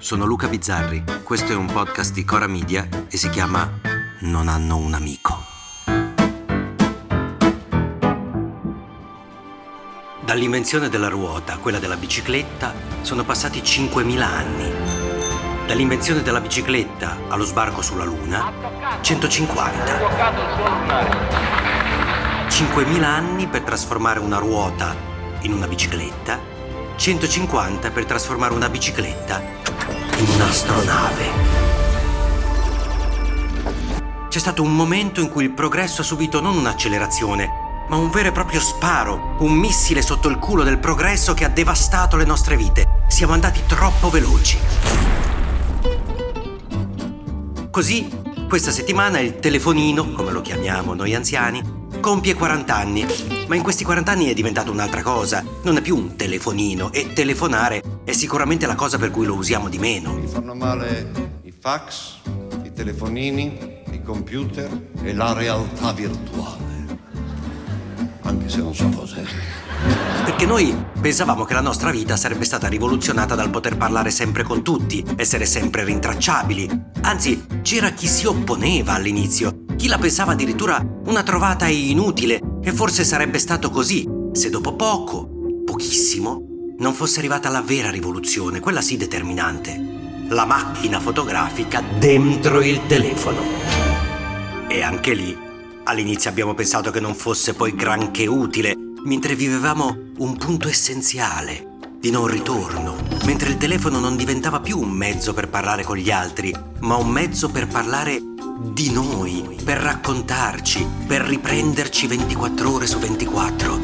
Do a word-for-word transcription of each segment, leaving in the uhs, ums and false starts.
sono Luca Bizzarri, questo è un podcast di Cora Media e si chiama Non hanno un amico. Dall'invenzione della ruota a quella della bicicletta sono passati cinquemila anni. Dall'invenzione della bicicletta allo sbarco sulla Luna, centocinquanta. cinquemila anni per trasformare una ruota in una bicicletta, centocinquanta per trasformare una bicicletta in un'astronave. C'è stato un momento in cui il progresso ha subito non un'accelerazione, ma un vero e proprio sparo, un missile sotto il culo del progresso che ha devastato le nostre vite. Siamo andati troppo veloci. Così, questa settimana il telefonino, come lo chiamiamo noi anziani, compie quaranta anni, ma in questi quaranta anni è diventato un'altra cosa. Non è più un telefonino e telefonare è sicuramente la cosa per cui lo usiamo di meno. Mi fanno male i fax, i telefonini, i computer e la realtà virtuale. Anche se non so cos'è. Perché noi pensavamo che la nostra vita sarebbe stata rivoluzionata dal poter parlare sempre con tutti, essere sempre rintracciabili. Anzi, c'era chi si opponeva all'inizio, chi la pensava addirittura una trovata inutile, e forse sarebbe stato così se dopo poco, pochissimo, non fosse arrivata la vera rivoluzione, quella sì determinante, la macchina fotografica dentro il telefono. E anche lì, all'inizio abbiamo pensato che non fosse poi granché utile, mentre vivevamo un punto essenziale di non ritorno, mentre il telefono non diventava più un mezzo per parlare con gli altri, ma un mezzo per parlare di noi, per raccontarci, per riprenderci ventiquattro ore su ventiquattro.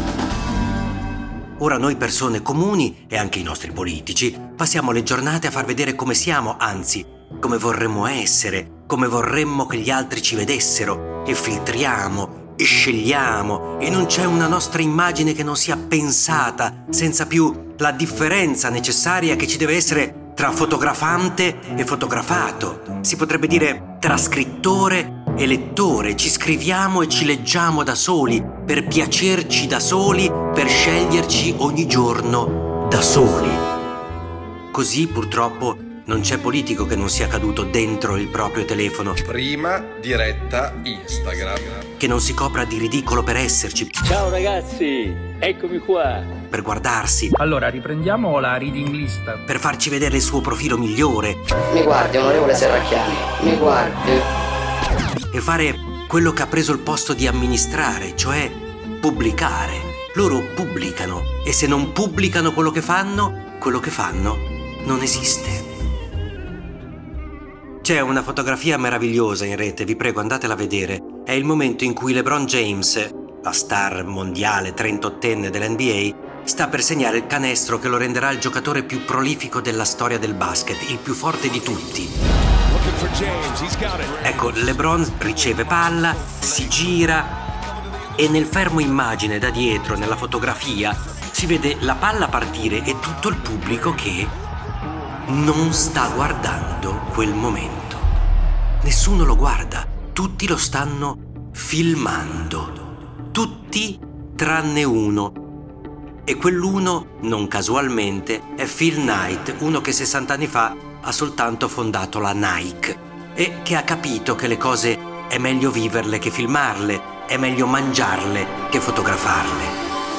Ora noi persone comuni e anche i nostri politici passiamo le giornate a far vedere come siamo, anzi, come vorremmo essere, come vorremmo che gli altri ci vedessero, e filtriamo e scegliamo e non c'è una nostra immagine che non sia pensata, senza più la differenza necessaria che ci deve essere tra fotografante e fotografato. Si potrebbe dire tra scrittore e lettore. Ci scriviamo e ci leggiamo da soli, per piacerci da soli, per sceglierci ogni giorno da soli. Così purtroppo non c'è politico che non sia caduto dentro il proprio telefono. Prima diretta Instagram. Che non si copra di ridicolo per esserci. Ciao ragazzi, eccomi qua. Per guardarsi. Allora, riprendiamo la reading list. Per farci vedere il suo profilo migliore. Mi guardi, onorevole Serracchiani, mi guardi. E fare quello che ha preso il posto di amministrare, cioè pubblicare. Loro pubblicano e se non pubblicano quello che fanno, quello che fanno non esiste. C'è una fotografia meravigliosa in rete, vi prego andatela a vedere. È il momento in cui LeBron James, la star mondiale trentottenne dell'N B A, sta per segnare il canestro che lo renderà il giocatore più prolifico della storia del basket, il più forte di tutti. Ecco, LeBron riceve palla, si gira e nel fermo immagine da dietro, nella fotografia, si vede la palla partire e tutto il pubblico che non sta guardando quel momento. Nessuno lo guarda, tutti lo stanno filmando. Tutti tranne uno. E quell'uno, non casualmente, è Phil Knight, uno che sessanta anni fa ha soltanto fondato la Nike e che ha capito che le cose è meglio viverle che filmarle, è meglio mangiarle che fotografarle.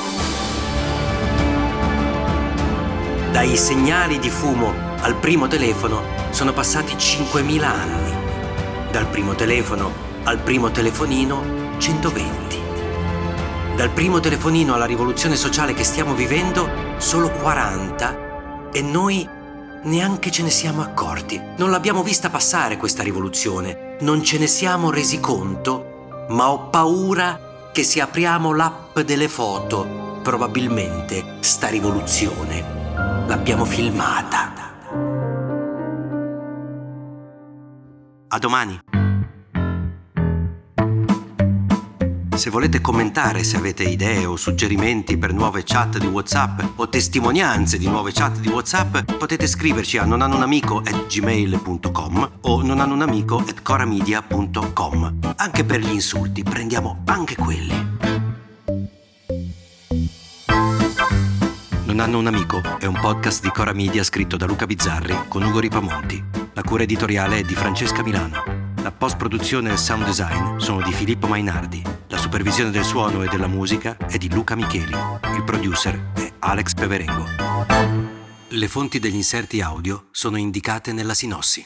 Dai segnali di fumo al primo telefono sono passati cinquemila anni. Dal primo telefono al primo telefonino, centoventi. Dal primo telefonino alla rivoluzione sociale che stiamo vivendo, solo quaranta, e noi neanche ce ne siamo accorti. Non l'abbiamo vista passare questa rivoluzione, non ce ne siamo resi conto, ma ho paura che se apriamo l'app delle foto, probabilmente sta rivoluzione l'abbiamo filmata. A domani. Se volete commentare, se avete idee o suggerimenti per nuove chat di WhatsApp o testimonianze di nuove chat di WhatsApp, potete scriverci a nonhannounamico at gmail punto com o nonhannounamico at coramedia punto com. Anche per gli insulti, prendiamo anche quelli. Non hanno un amico è un podcast di Cora Media scritto da Luca Bizzarri con Ugo Ripamonti. La cura editoriale è di Francesca Milano. La post-produzione e il sound design sono di Filippo Mainardi. La supervisione del suono e della musica è di Luca Micheli. Il producer è Alex Peverengo. Le fonti degli inserti audio sono indicate nella sinossi.